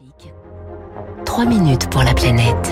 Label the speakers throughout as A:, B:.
A: Classique. 3 minutes pour la planète.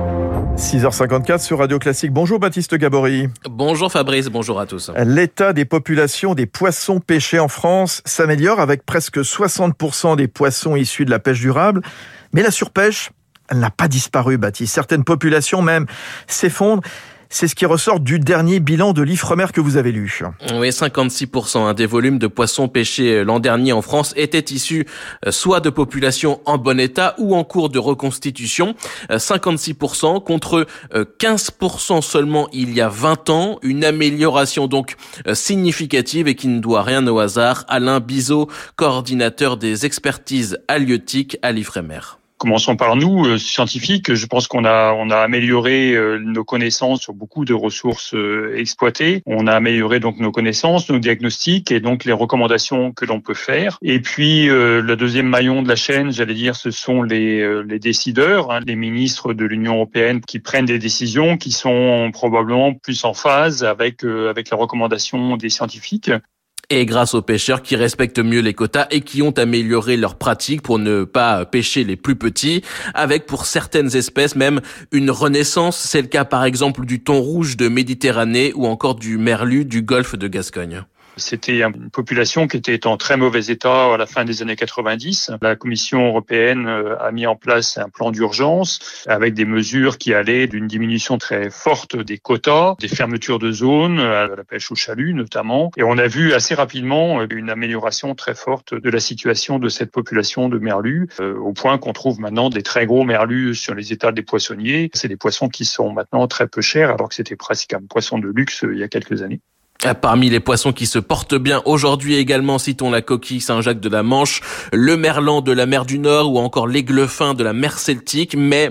B: 6h54 sur Radio Classique. Bonjour Baptiste Gabory.
C: Bonjour Fabrice, bonjour à tous.
B: L'état des populations des poissons pêchés en France s'améliore avec presque 60% des poissons issus de la pêche durable. Mais la surpêche, elle n'a pas disparu, Baptiste. Certaines populations même s'effondrent. C'est ce qui ressort du dernier bilan de l'Ifremer que vous avez lu.
C: Oui, 56% des volumes de poissons pêchés l'an dernier en France étaient issus soit de populations en bon état ou en cours de reconstitution. 56% contre 15% seulement il y a 20 ans. Une amélioration donc significative et qui ne doit rien au hasard. Alain Bizot, coordinateur des expertises halieutiques à l'Ifremer.
D: Commençons par nous, scientifiques. Je pense qu'on a amélioré nos connaissances sur beaucoup de ressources exploitées. On a amélioré donc nos connaissances, nos diagnostics et donc les recommandations que l'on peut faire. Et puis le deuxième maillon de la chaîne, j'allais dire, ce sont les décideurs, les ministres de l'Union européenne qui prennent des décisions qui sont probablement plus en phase avec les recommandations des scientifiques.
C: Et grâce aux pêcheurs qui respectent mieux les quotas et qui ont amélioré leurs pratiques pour ne pas pêcher les plus petits, avec pour certaines espèces même une renaissance. C'est le cas par exemple du thon rouge de Méditerranée ou encore du merlu du golfe de Gascogne.
D: C'était une population qui était en très mauvais état à la fin des années 90. La Commission européenne a mis en place un plan d'urgence avec des mesures qui allaient d'une diminution très forte des quotas, des fermetures de zones, à la pêche au chalut notamment. Et on a vu assez rapidement une amélioration très forte de la situation de cette population de merlus, au point qu'on trouve maintenant des très gros merlus sur les étals des poissonniers. C'est des poissons qui sont maintenant très peu chers, alors que c'était presque un poisson de luxe il y a quelques années.
C: Parmi les poissons qui se portent bien aujourd'hui également, citons la coquille Saint-Jacques de la Manche, le merlan de la mer du Nord ou encore l'aiglefin de la mer Celtique. Mais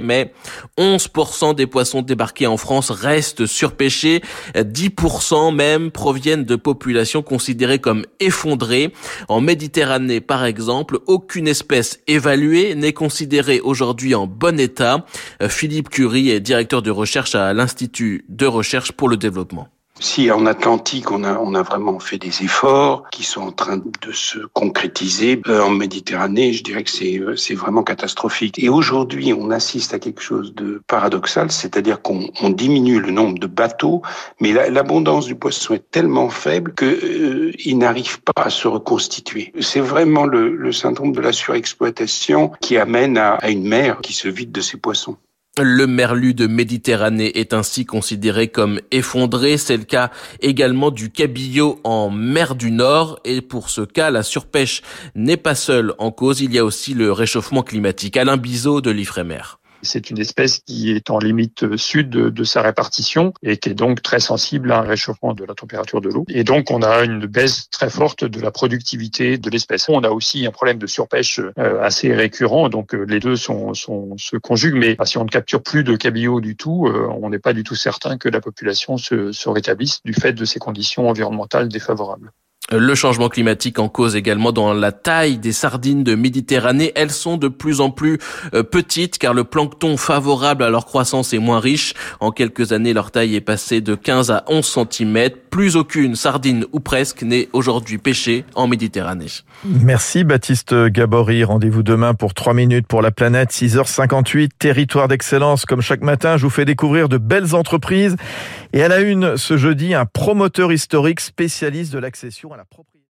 C: 11% des poissons débarqués en France restent surpêchés. 10% même proviennent de populations considérées comme effondrées. En Méditerranée, par exemple, aucune espèce évaluée n'est considérée aujourd'hui en bon état. Philippe Curie est directeur de recherche à l'Institut de recherche pour le développement.
E: Si en Atlantique, on a vraiment fait des efforts qui sont en train de se concrétiser, en Méditerranée, je dirais que c'est vraiment catastrophique. Et aujourd'hui, on assiste à quelque chose de paradoxal, c'est-à-dire qu'on diminue le nombre de bateaux, mais l'abondance du poisson est tellement faible qu'il n'arrive pas à se reconstituer. C'est vraiment le syndrome de la surexploitation qui amène à une mer qui se vide de ses poissons.
C: Le merlu de Méditerranée est ainsi considéré comme effondré. C'est le cas également du cabillaud en mer du Nord. Et pour ce cas, la surpêche n'est pas seule en cause. Il y a aussi le réchauffement climatique. Alain Bizot de l'Ifremer.
D: C'est une espèce qui est en limite sud de sa répartition et qui est donc très sensible à un réchauffement de la température de l'eau. Et donc, on a une baisse très forte de la productivité de l'espèce. On a aussi un problème de surpêche assez récurrent. Donc, les deux se conjuguent. Mais si on ne capture plus de cabillaud du tout, on n'est pas du tout certain que la population se rétablisse du fait de ces conditions environnementales défavorables.
C: Le changement climatique en cause également dans la taille des sardines de Méditerranée. Elles sont de plus en plus petites car le plancton favorable à leur croissance est moins riche. En quelques années, leur taille est passée de 15 à 11 cm. Plus aucune sardine ou presque n'est aujourd'hui pêchée en Méditerranée.
B: Merci Baptiste Gabory. Rendez-vous demain pour 3 minutes pour la planète, 6h58. Territoire d'excellence. Comme chaque matin, je vous fais découvrir de belles entreprises. Et à la une, ce jeudi, un promoteur historique spécialiste de l'accession à la propriété.